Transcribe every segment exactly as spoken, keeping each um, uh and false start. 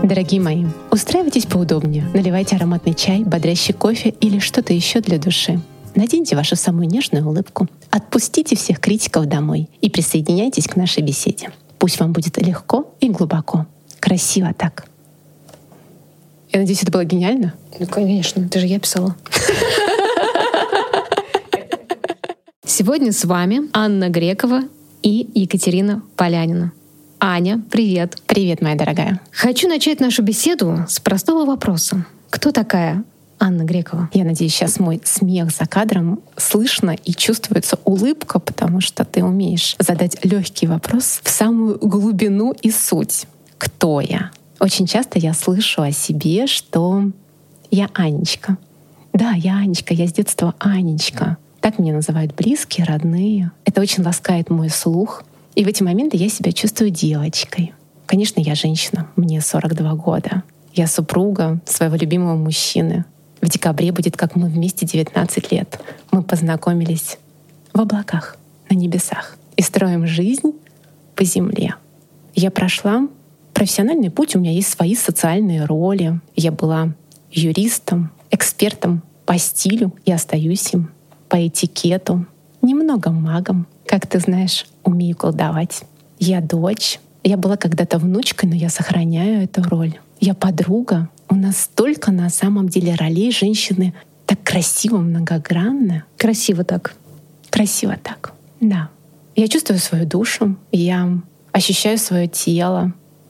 Дорогие мои, устраивайтесь поудобнее, наливайте ароматный чай, бодрящий кофе или что-то еще для души. Наденьте вашу самую нежную улыбку, отпустите всех критиков домой и присоединяйтесь к нашей беседе. Пусть вам будет легко и глубоко. Красиво так. Я надеюсь, это было гениально? Ну, конечно, это же я писала. Сегодня с вами Анна Грекова и Екатерина Полянина. Аня, привет. Привет, моя дорогая. Хочу начать нашу беседу с простого вопроса. Кто такая Анна Грекова? Я надеюсь, сейчас мой смех за кадром слышно и чувствуется улыбка, потому что ты умеешь задать легкий вопрос в самую глубину и суть. Кто я? Очень часто я слышу о себе, что я Анечка. Да, я Анечка, я с детства Анечка. Так меня называют близкие, родные. Это очень ласкает мой слух. И в эти моменты я себя чувствую девочкой. Конечно, я женщина, мне сорок два года. Я супруга своего любимого мужчины. В декабре будет, как мы вместе, девятнадцать лет. Мы познакомились в облаках, на небесах. И строим жизнь по земле. Я прошла профессиональный путь, у меня есть свои социальные роли. Я была юристом, экспертом по стилю и остаюсь им, по этикету, немного магом. Как ты знаешь, умею колдовать. Я дочь. Я была когда-то внучкой, но я сохраняю эту роль. Я подруга. У нас столько на самом деле ролей. Женщины так красиво, многогранно. Красиво так. Красиво так, да. Я чувствую свою душу. Я ощущаю свое тело.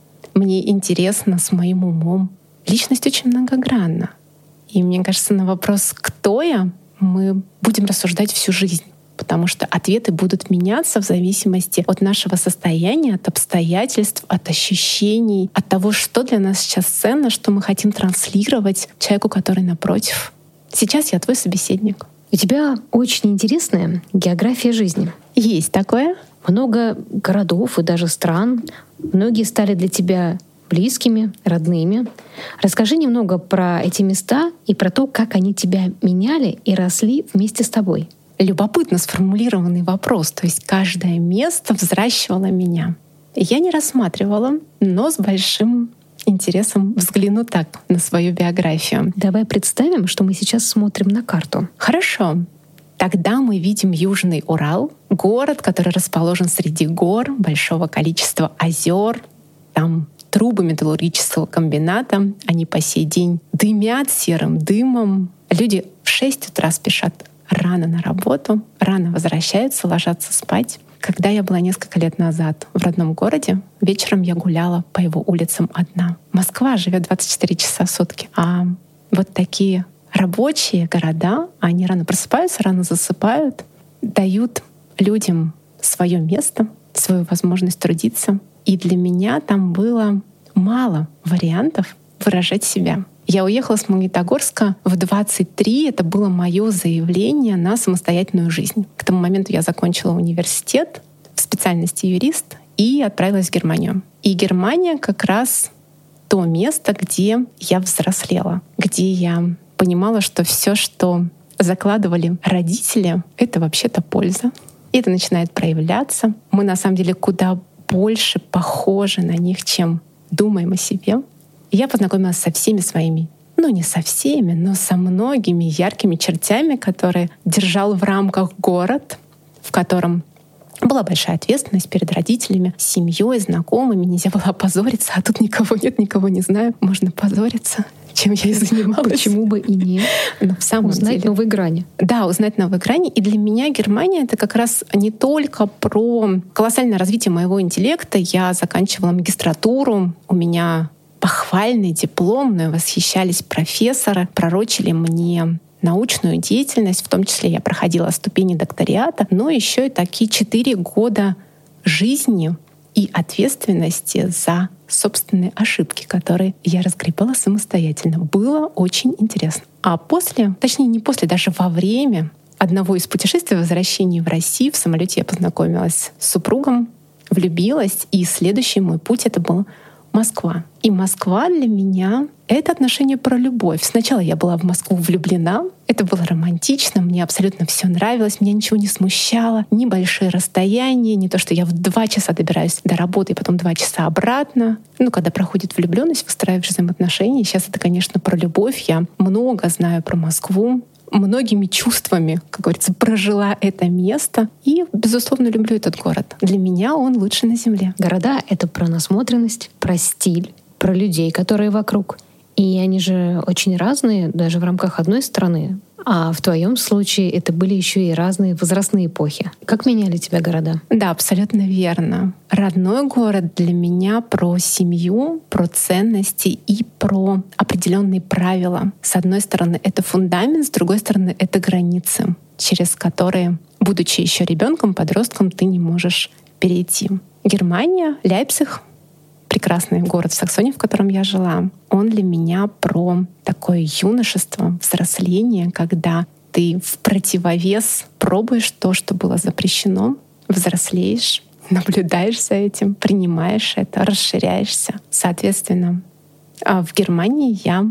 Мне интересно с моим умом. Личность очень многогранна. И мне кажется, на вопрос «кто я?» мы будем рассуждать всю жизнь. Потому что ответы будут меняться в зависимости от нашего состояния, от обстоятельств, от ощущений, от того, что для нас сейчас ценно, что мы хотим транслировать человеку, который напротив. Сейчас я твой собеседник. У тебя очень интересная география жизни. Есть такое. Много городов и даже стран. Многие стали для тебя близкими, родными. Расскажи немного про эти места и про то, как они тебя меняли и росли вместе с тобой. Любопытно сформулированный вопрос. То есть каждое место взращивало меня. Я не рассматривала, но с большим интересом взгляну так на свою биографию. Давай представим, что мы сейчас смотрим на карту. Хорошо. Тогда мы видим Южный Урал, город, который расположен среди гор, большого количества озер. Там трубы металлургического комбината. Они по сей день дымят серым дымом. Люди в шесть утра спешат рано на работу, рано возвращаются, ложатся спать. Когда я была несколько лет назад в родном городе, вечером я гуляла по его улицам одна. Москва живет двадцать четыре часа в сутки, а вот такие рабочие города, они рано просыпаются, рано засыпают, дают людям свое место, свою возможность трудиться. И для меня там было мало вариантов выражать себя. Я уехала с Магнитогорска в двадцать три. Это было мое заявление на самостоятельную жизнь. К тому моменту я закончила университет в специальности юрист и отправилась в Германию. И Германия как раз то место, где я взрослела, где я понимала, что все, что закладывали родители, это вообще-то польза. И это начинает проявляться. Мы на самом деле куда больше похожи на них, чем думаем о себе. Я познакомилась со всеми своими, ну не со всеми, но со многими яркими чертями, которые держал в рамках город, в котором была большая ответственность перед родителями, семьей, знакомыми. Нельзя было опозориться, а тут никого нет, никого не знаю. Можно позориться, чем я и занималась. Почему бы и нет? Но в самом узнать деле, новые грани. Да, узнать новые грани. И для меня Германия — это как раз не только про колоссальное развитие моего интеллекта. Я заканчивала магистратуру, у меня похвальный диплом, мной восхищались профессоры, пророчили мне научную деятельность, в том числе я проходила ступени докториата, но еще и такие четыре года жизни и ответственности за собственные ошибки, которые я разгребала самостоятельно. Было очень интересно. А после, точнее не после, даже во время одного из путешествий, возвращения в Россию, в самолете я познакомилась с супругом, влюбилась, и следующий мой путь — это был Москва. И Москва для меня — это отношение про любовь. Сначала я была в Москву влюблена. Это было романтично, мне абсолютно все нравилось, меня ничего не смущало. Ни большие расстояния, не то, что я в два часа добираюсь до работы и потом два часа обратно. Ну, когда проходит влюбленность, выстраиваешь взаимоотношения. Сейчас это, конечно, про любовь. Я много знаю про Москву. Многими чувствами, как говорится, прожила это место. И, безусловно, люблю этот город. Для меня он лучший на земле. Города — это про насмотренность, про стиль, про людей, которые вокруг. И они же очень разные, даже в рамках одной страны. А в твоем случае это были еще и разные возрастные эпохи. Как меняли тебя города? Да, абсолютно верно. Родной город для меня про семью, про ценности и про определенные правила. С одной стороны, это фундамент, с другой стороны, это границы, через которые, будучи еще ребенком, подростком, ты не можешь перейти. Германия, Лейпциг, прекрасный город в Саксонии, в котором я жила, он для меня про такое юношество, взросление, когда ты в противовес пробуешь то, что было запрещено, взрослеешь, наблюдаешь за этим, принимаешь это, расширяешься. Соответственно, в Германии я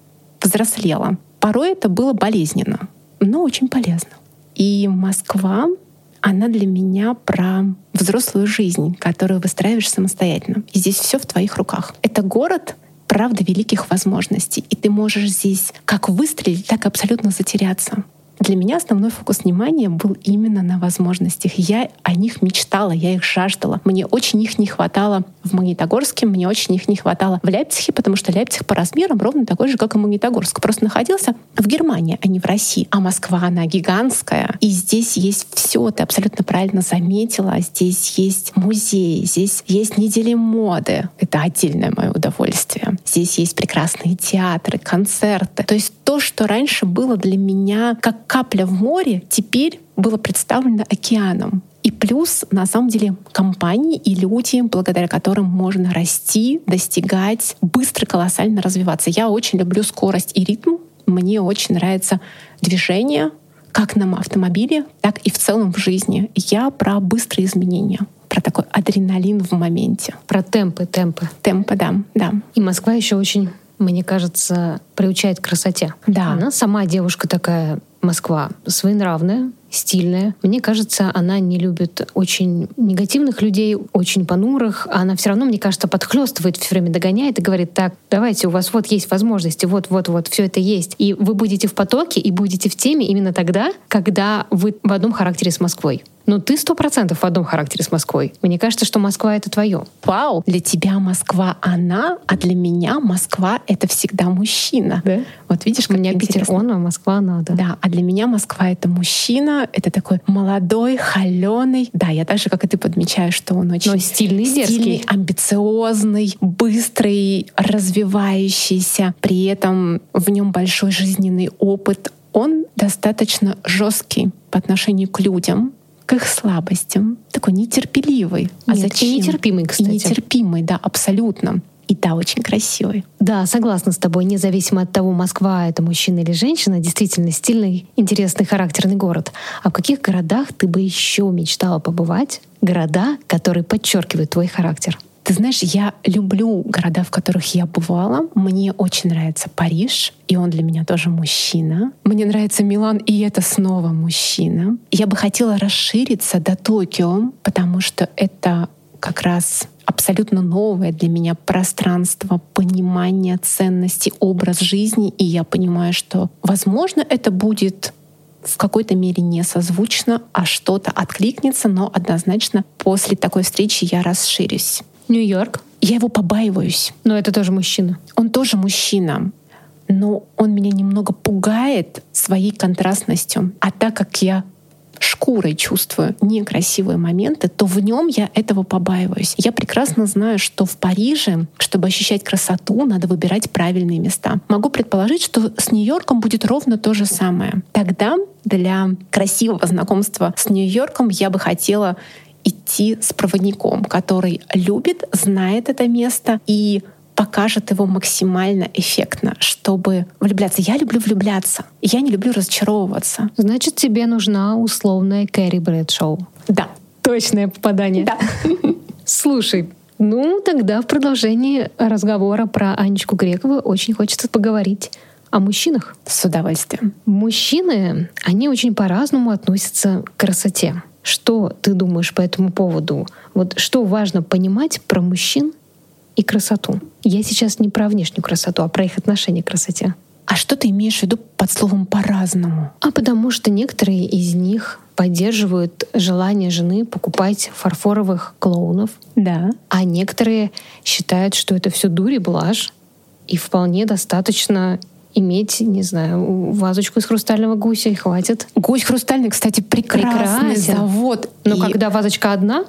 взрослела. Порой это было болезненно, но очень полезно. И Москва, она для меня про взрослую жизнь, которую выстраиваешь самостоятельно. И здесь все в твоих руках. Это город, правда, великих возможностей. И ты можешь здесь как выстрелить, так и абсолютно затеряться. Для меня основной фокус внимания был именно на возможностях. Я о них мечтала, я их жаждала. Мне очень их не хватало в Магнитогорске, мне очень их не хватало в Лейпциге, потому что Лейпциг по размерам ровно такой же, как и Магнитогорск. Просто находился в Германии, а не в России. А Москва, она гигантская. И здесь есть все, ты абсолютно правильно заметила. Здесь есть музей, здесь есть недели моды. Это отдельное мое удовольствие. Здесь есть прекрасные театры, концерты. То есть то, что раньше было для меня как капля в море, теперь было представлено океаном. И плюс, на самом деле, компании и люди, благодаря которым можно расти, достигать, быстро, колоссально развиваться. Я очень люблю скорость и ритм. Мне очень нравится движение, как на автомобиле, так и в целом в жизни. Я про быстрые изменения, про такой адреналин в моменте. Про темпы, темпы. Темпы, да, да. И Москва еще очень, мне кажется, приучает к красоте. Да. Она сама девушка такая, Москва, своенравная, стильная. Мне кажется, она не любит очень негативных людей, очень понурых. А она все равно, мне кажется, подхлёстывает, все время догоняет и говорит: так, давайте, у вас вот есть возможности, вот-вот-вот, все это есть. И вы будете в потоке и будете в теме именно тогда, когда вы в одном характере с Москвой. Но ты сто процентов в одном характере с Москвой. Мне кажется, что Москва — это твое. Вау! Для тебя Москва она, а для меня Москва — это всегда мужчина. Да? Вот видишь, как у меня Питер он, а Москва она, да. Да, а для меня Москва — это мужчина, это такой молодой, холеный. Да, я так же, как и ты, подмечаю, что он очень Но стильный, стильный, дерзкий, амбициозный, быстрый, развивающийся. При этом в нем большой жизненный опыт. Он достаточно жесткий по отношению к людям, к их слабостям, такой нетерпеливый. Нет, а зачем? и нетерпимый, кстати. И нетерпимый, да, абсолютно. И да, очень красивый. Да, согласна с тобой. Независимо от того, Москва — это мужчина или женщина, действительно стильный, интересный, характерный город. А в каких городах ты бы еще мечтала побывать? Города, которые подчеркивают твой характер. Ты знаешь, я люблю города, в которых я бывала. Мне очень нравится Париж, и он для меня тоже мужчина. Мне нравится Милан, и это снова мужчина. Я бы хотела расшириться до Токио, потому что это как раз абсолютно новое для меня пространство понимания ценностей, образ жизни. И я понимаю, что, возможно, это будет в какой-то мере не созвучно, а что-то откликнется, но однозначно после такой встречи я расширюсь. Нью-Йорк. Я его побаиваюсь. Но это тоже мужчина. Он тоже мужчина, но он меня немного пугает своей контрастностью. А так как я шкурой чувствую некрасивые моменты, то в нем я этого побаиваюсь. Я прекрасно знаю, что в Париже, чтобы ощущать красоту, надо выбирать правильные места. Могу предположить, что с Нью-Йорком будет ровно то же самое. Тогда для красивого знакомства с Нью-Йорком я бы хотела идти с проводником, который любит, знает это место и покажет его максимально эффектно, чтобы влюбляться. Я люблю влюбляться. Я не люблю разочаровываться. Значит, тебе нужна условная Кэрри Брэдшоу. Да. Точное попадание. Да. Слушай, Ну, тогда в продолжении разговора про Анечку Грекову очень хочется поговорить о мужчинах. С удовольствием. Мужчины, они очень по-разному относятся к красоте. Что ты думаешь по этому поводу? Вот что важно понимать про мужчин и красоту? Я сейчас не про внешнюю красоту, а про их отношение к красоте. А что ты имеешь в виду под словом «по-разному»? А потому что некоторые из них поддерживают желание жены покупать фарфоровых клоунов. Да. А некоторые считают, что это все дурь и блажь, и вполне достаточно иметь, не знаю, вазочку из хрустального гуся, и хватит. Гусь хрустальный, кстати, прекрасный Прекрасен. завод. Но И- когда вазочка одна,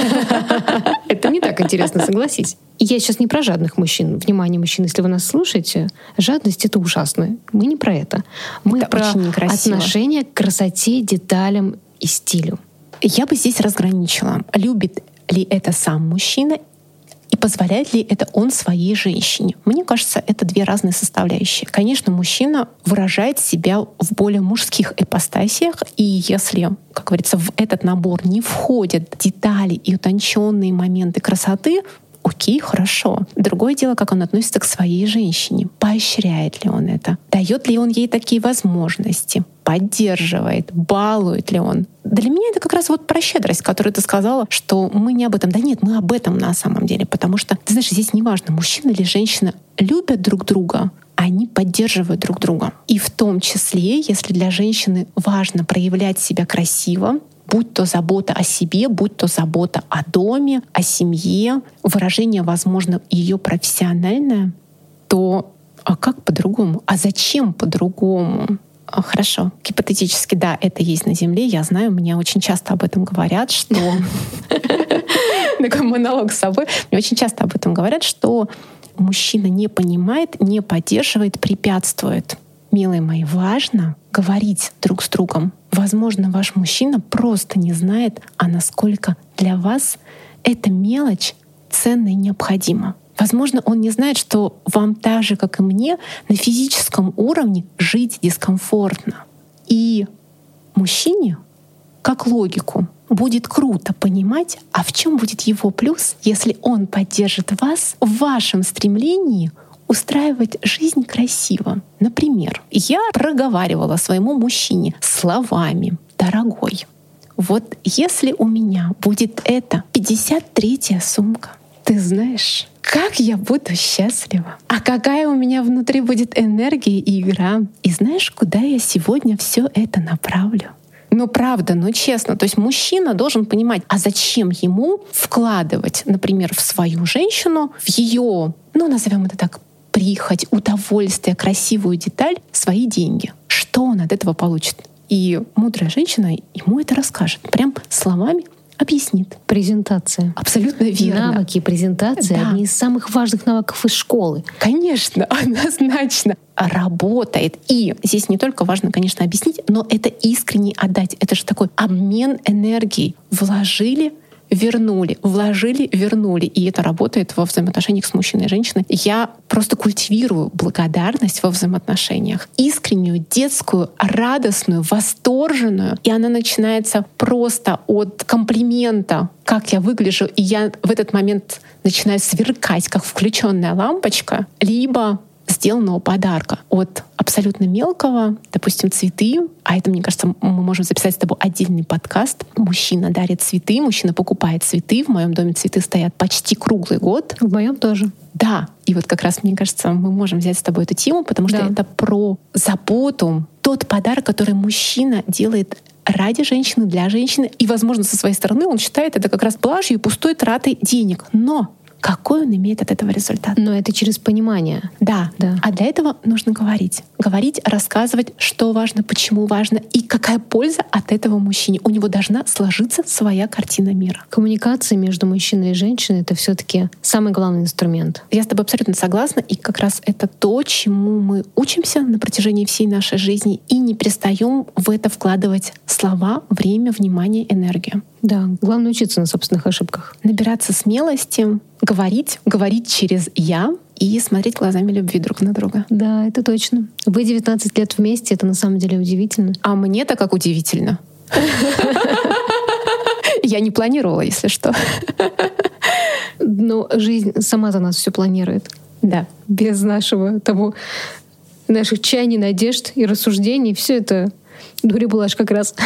это не так интересно, согласись. И я сейчас не про жадных мужчин. Внимание, мужчины, если вы нас слушаете, жадность — это ужасно. Мы не про это. Мы Это про очень некрасиво. отношение к красоте, деталям и стилю. Я бы здесь разграничила, любит ли это сам мужчина и позволяет ли это он своей женщине. Мне кажется, это две разные составляющие. Конечно, мужчина выражает себя в более мужских ипостасиях, и если, как говорится, в этот набор не входят детали и утонченные моменты красоты, окей, хорошо. Другое дело, как он относится к своей женщине. Поощряет ли он это? Дает ли он ей такие возможности? Поддерживает? Балует ли он? Для меня это как раз вот про щедрость, которую ты сказала, что мы не об этом. Да нет, мы об этом на самом деле. Потому что, ты знаешь, здесь неважно, мужчина или женщина любят друг друга, они поддерживают друг друга. И в том числе, если для женщины важно проявлять себя красиво, будь то забота о себе, будь то забота о доме, о семье, выражение, возможно, ее профессиональное, то а как по-другому? А зачем по-другому? А, Хорошо, гипотетически, да, это есть на Земле, я знаю, мне очень часто об этом говорят, что... Такой монолог с собой. Мне очень часто об этом говорят, что мужчина не понимает, не поддерживает, препятствует. Милые мои, важно говорить друг с другом. Возможно, ваш мужчина просто не знает, а насколько для вас эта мелочь ценна и необходима. Возможно, он не знает, что вам так же, как и мне, на физическом уровне жить дискомфортно. И мужчине, как логику, будет круто понимать, а в чем будет его плюс, если он поддержит вас в вашем стремлении устраивать жизнь красиво. Например, я проговаривала своему мужчине словами: «Дорогой, вот если у меня будет эта пятьдесят третья сумка, ты знаешь, как я буду счастлива, а какая у меня внутри будет энергия и игра, и знаешь, куда я сегодня все это направлю». Ну правда, ну честно. То есть мужчина должен понимать, а зачем ему вкладывать, например, в свою женщину, в ее, ну назовем это так, прихоть, удовольствие, красивую деталь, свои деньги. Что он от этого получит? И мудрая женщина ему это расскажет. Прям словами объяснит. Презентация. Абсолютно верно. Навыки презентации Да. — одни из самых важных навыков из школы. Конечно, однозначно работает. И здесь не только важно, конечно, объяснить, но это искренне отдать. Это же такой обмен энергией. Вложили, вернули, вложили, вернули. И это работает во взаимоотношениях с мужчиной и женщиной. Я просто культивирую благодарность во взаимоотношениях. Искреннюю, детскую, радостную, восторженную. И она начинается просто от комплимента, как я выгляжу, и я в этот момент начинаю сверкать, как включенная лампочка, либо сделанного подарка от абсолютно мелкого, допустим, цветы, а это, мне кажется, мы можем записать с тобой отдельный подкаст. Мужчина дарит цветы, мужчина покупает цветы. В моем доме цветы стоят почти круглый год. В моем тоже. Да, и вот как раз, мне кажется, мы можем взять с тобой эту тему, потому что Да. это про заботу, тот подарок, который мужчина делает ради женщины, для женщины. И, возможно, со своей стороны он считает это как раз блажью и пустой тратой денег. Но какой он имеет от этого результат? Но это через понимание. Да, Да. А для этого нужно говорить. Говорить, рассказывать, что важно, почему важно и какая польза от этого мужчине. У него должна сложиться своя картина мира. Коммуникация между мужчиной и женщиной — это все-таки самый главный инструмент. Я с тобой абсолютно согласна, и как раз это то, чему мы учимся на протяжении всей нашей жизни, и не перестаем в это вкладывать слова, время, внимание, энергию. Да, главное учиться на собственных ошибках. Набираться смелости, говорить, говорить через «я» и смотреть глазами любви друг на друга. Да, это точно. Вы девятнадцать лет вместе, это на самом деле удивительно. А мне-то как удивительно. Я не планировала, если что. Но жизнь сама за нас все планирует. Да. Без нашего того, наших чаяний, надежд и рассуждений. Все это дури-булаш как раз.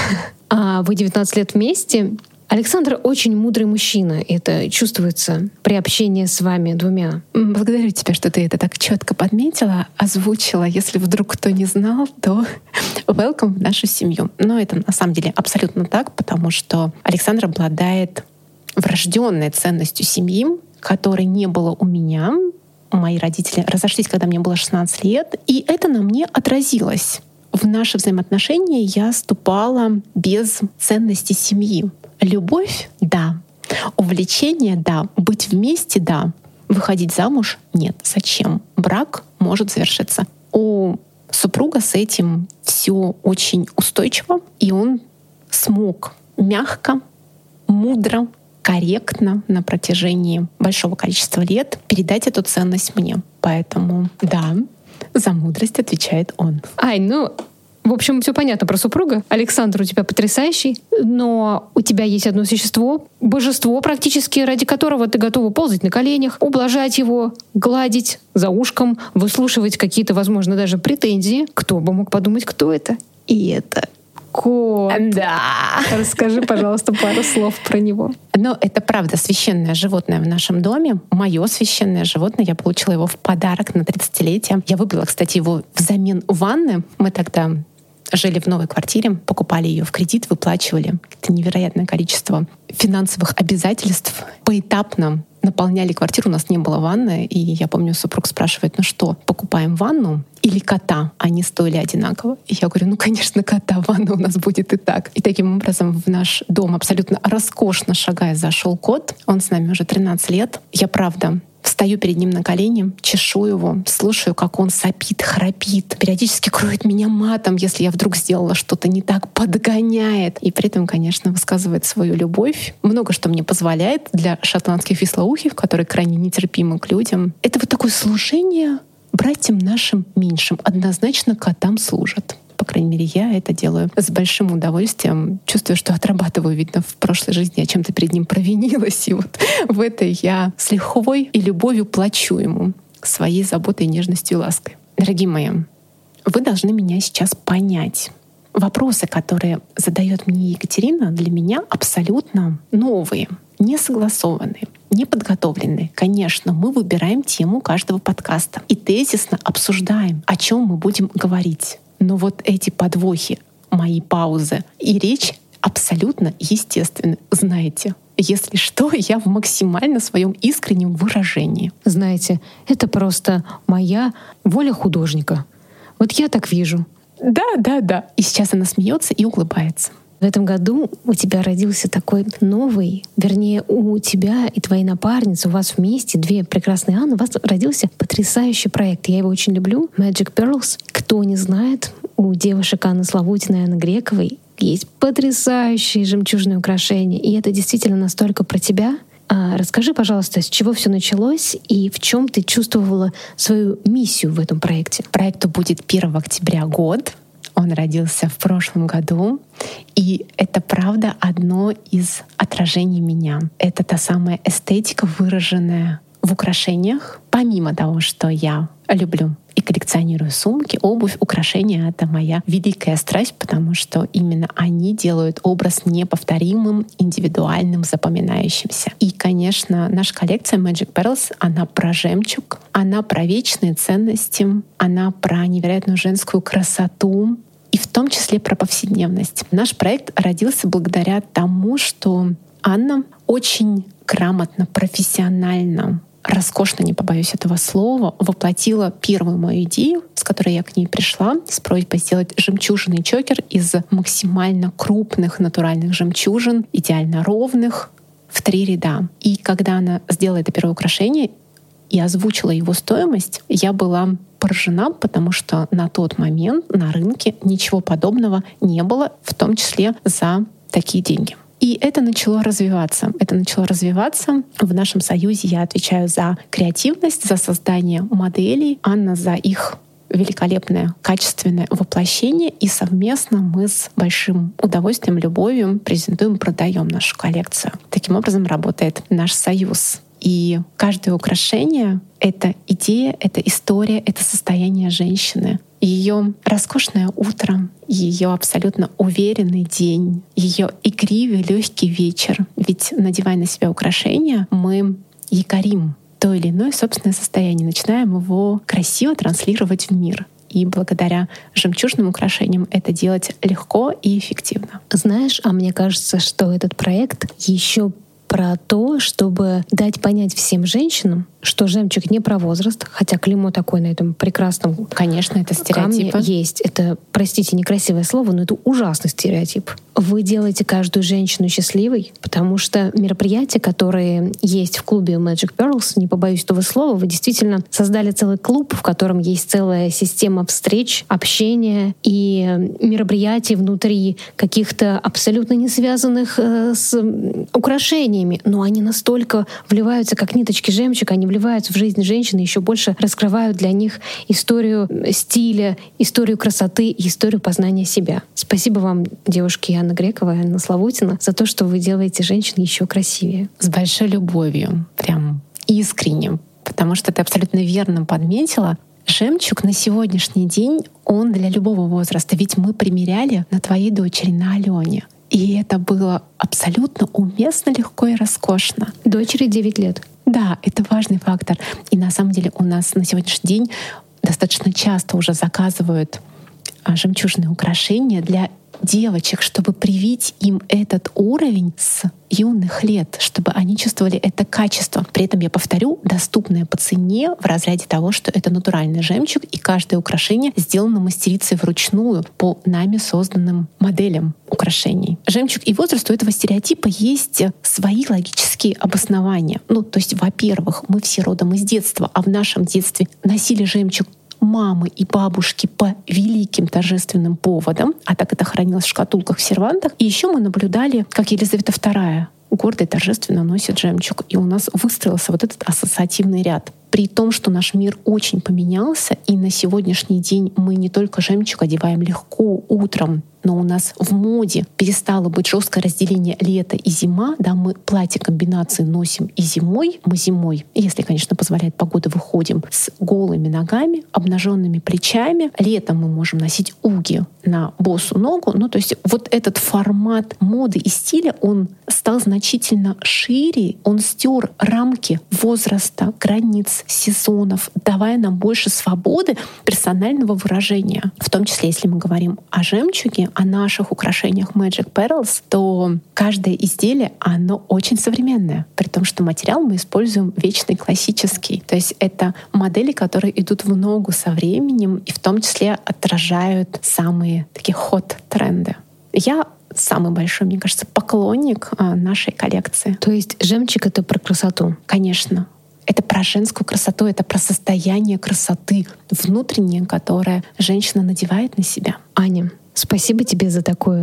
А вы девятнадцать лет вместе. Александр очень мудрый мужчина. Это чувствуется при общении с вами двумя. Благодарю тебя, что ты это так четко подметила, озвучила. Если вдруг кто не знал, то welcome в нашу семью. Но это на самом деле абсолютно так, потому что Александр обладает врожденной ценностью семьи, которой не было у меня. Мои родители разошлись, когда мне было шестнадцать лет, и это на мне отразилось. В наши взаимоотношения я вступала без ценности семьи. Любовь — да. Увлечение — да. Быть вместе — да. Выходить замуж — нет. Зачем? Брак может завершиться. У супруга с этим все очень устойчиво, и он смог мягко, мудро, корректно на протяжении большого количества лет передать эту ценность мне. Поэтому да, за мудрость отвечает он. Ай, ну, в общем, все понятно про супруга. Александр у тебя потрясающий, но у тебя есть одно существо, божество практически, ради которого ты готова ползать на коленях, ублажать его, гладить за ушком, выслушивать какие-то, возможно, даже претензии. Кто бы мог подумать, кто это? И это кот. Да. Расскажи, пожалуйста, пару слов про него. Но это правда священное животное в нашем доме. Мое священное животное. Я получила его в подарок на тридцатилетие. Я выбрала, кстати, его взамен ванны. Мы тогда жили в новой квартире, покупали ее в кредит, выплачивали это невероятное количество финансовых обязательств. Поэтапно наполняли квартиру, у нас не было ванны. И я помню, супруг спрашивает: ну что, покупаем ванну или кота? Они стоили одинаково. И я говорю: ну, конечно, кота, ванна у нас будет и так. И таким образом в наш дом абсолютно роскошно шагая зашел кот. Он с нами уже тринадцать лет. Я правда встаю перед ним на колени, чешу его, слушаю, как он сопит, храпит, периодически кроет меня матом, если я вдруг сделала что-то не так, подгоняет. И при этом, конечно, высказывает свою любовь. Много что мне позволяет для шотландских вислоухих, которые крайне нетерпимы к людям. Это вот такое служение братьям нашим меньшим. Однозначно котам служат. По крайней мере, я это делаю с большим удовольствием. Чувствую, что отрабатываю, видно, в прошлой жизни я чем-то перед ним провинилась. И вот в этой я с лихвой и любовью плачу ему своей заботой, нежностью и лаской. Дорогие мои, вы должны меня сейчас понять. Вопросы, которые задает мне Екатерина, для меня абсолютно новые, не согласованные, не подготовленные. Конечно, мы выбираем тему каждого подкаста и тезисно обсуждаем, о чем мы будем говорить. Но вот эти подвохи, мои паузы и речь абсолютно естественны. Знаете, если что, я в максимально своем искреннем выражении. Знаете, это просто моя воля художника. Вот я так вижу. Да, да, да. И сейчас она смеется и улыбается. В этом году у тебя родился такой новый, вернее, у тебя и твоей напарницы, у вас вместе, две прекрасные Анны, у вас родился потрясающий проект. Я его очень люблю. Magic Pearls. Кто не знает, у девушек Анны Славутиной и Анны Грековой есть потрясающие жемчужные украшения. И это действительно настолько про тебя. А расскажи, пожалуйста, с чего все началось и в чем ты чувствовала свою миссию в этом проекте? Проекту будет первого октября год. Он родился в прошлом году. И это, правда, одно из отражений меня. Это та самая эстетика, выраженная в украшениях. Помимо того, что я люблю и коллекционирую сумки, обувь, украшения — это моя великая страсть, потому что именно они делают образ неповторимым, индивидуальным, запоминающимся. И, конечно, наша коллекция Magic Pearls, она про жемчуг, она про вечные ценности, она про невероятную женскую красоту, и в том числе про повседневность. Наш проект родился благодаря тому, что Анна очень грамотно, профессионально, роскошно, не побоюсь этого слова, воплотила первую мою идею, с которой я к ней пришла, с просьбой сделать жемчужный чокер из максимально крупных натуральных жемчужин, идеально ровных, в три ряда. И когда она сделала это первое украшение и озвучила его стоимость, я была поражена, потому что на тот момент на рынке ничего подобного не было, в том числе за такие деньги. И это начало развиваться. Это начало развиваться. В нашем союзе я отвечаю за креативность, за создание моделей, Анна за их великолепное, качественное воплощение. И совместно мы с большим удовольствием, любовью презентуем, продаем нашу коллекцию. Таким образом работает наш союз. И каждое украшение — это идея, это история, это состояние женщины. Ее роскошное утро, ее абсолютно уверенный день, ее игривый легкий вечер. Ведь, надевая на себя украшения, мы якорим то или иное собственное состояние, начинаем его красиво транслировать в мир. И благодаря жемчужным украшениям это делать легко и эффективно. Знаешь, а мне кажется, что этот проект еще про то, чтобы дать понять всем женщинам, что жемчуг не про возраст, хотя клеймо такое на этом прекрасном, конечно, это стереотип есть. Это, простите, некрасивое слово, но это ужасный стереотип. Вы делаете каждую женщину счастливой, потому что мероприятия, которые есть в клубе Magic Pearls, не побоюсь этого слова, вы действительно создали целый клуб, в котором есть целая система встреч, общения и мероприятий внутри каких-то абсолютно не связанных э, с украшениями, но они настолько вливаются как ниточки жемчуга, они вливаются в жизнь женщины, еще больше раскрывают для них историю стиля, историю красоты и историю познания себя. Спасибо вам, девушки Анна Грекова и Анна Славутина, за то, что вы делаете женщин еще красивее. С большой любовью, прям искренне, потому что ты абсолютно верно подметила. Жемчуг на сегодняшний день, он для любого возраста. Ведь мы примеряли на твоей дочери, на Алене. И это было абсолютно уместно, легко и роскошно. Дочери девять лет. Да, это важный фактор. И на самом деле у нас на сегодняшний день достаточно часто уже заказывают жемчужные украшения для девочек, чтобы привить им этот уровень с юных лет, чтобы они чувствовали это качество. При этом, я повторю, доступное по цене в разряде того, что это натуральный жемчуг, и каждое украшение сделано мастерицей вручную по нами созданным моделям украшений. Жемчуг и возраст, у этого стереотипа есть свои логические обоснования. Ну, то есть, во-первых, мы все родом из детства, а в нашем детстве носили жемчуг мамы и бабушки по великим торжественным поводам, а так это хранилось в шкатулках, в сервантах. И еще мы наблюдали, как Елизавета вторая гордо и торжественно носит жемчуг. И у нас выстроился вот этот ассоциативный ряд. При том, что наш мир очень поменялся, и на сегодняшний день мы не только жемчуг одеваем легко утром, но у нас в моде перестало быть жесткое разделение лето и зима. Да, мы платье комбинации носим и зимой. Мы зимой, если, конечно, позволяет погода, выходим с голыми ногами, обнаженными плечами. Летом мы можем носить уги на босу ногу. Ну, то есть вот этот формат моды и стиля, он стал значительно шире. Он стер рамки возраста, границ, сезонов, давая нам больше свободы персонального выражения. В том числе, если мы говорим о жемчуге, о наших украшениях Magic Pearls, то каждое изделие, оно очень современное, при том, что материал мы используем вечный, классический. То есть это модели, которые идут в ногу со временем и в том числе отражают самые такие хот-тренды. Я самый большой, мне кажется, поклонник нашей коллекции. То есть жемчуг — это про красоту? Конечно. Это про женскую красоту, это про состояние красоты внутреннее, которое женщина надевает на себя. Аня, спасибо тебе за такое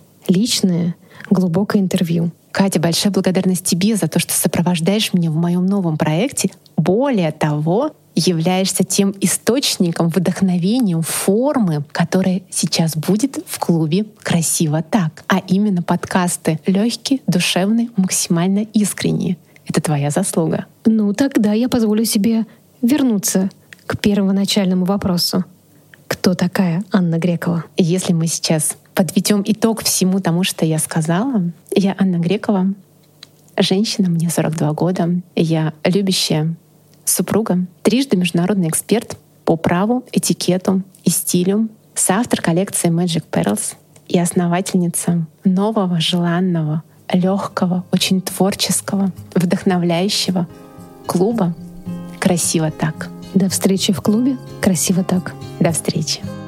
личное, глубокое интервью. Катя, большая благодарность тебе за то, что сопровождаешь меня в моем новом проекте. Более того, являешься тем источником, вдохновением формы, которая сейчас будет в клубе «Красиво так». А именно подкасты легкие, душевные, максимально искренние. Это твоя заслуга. Ну, тогда я позволю себе вернуться к первоначальному вопросу. Кто такая Анна Грекова? Если мы сейчас подведем итог всему тому, что я сказала, я Анна Грекова, женщина, мне сорок два года, я любящая супруга, трижды международный эксперт по праву, этикету и стилю, соавтор коллекции Magic Pearls и основательница нового, желанного, легкого, очень творческого, вдохновляющего клуба «Красиво так». До встречи в клубе «Красиво так». До встречи.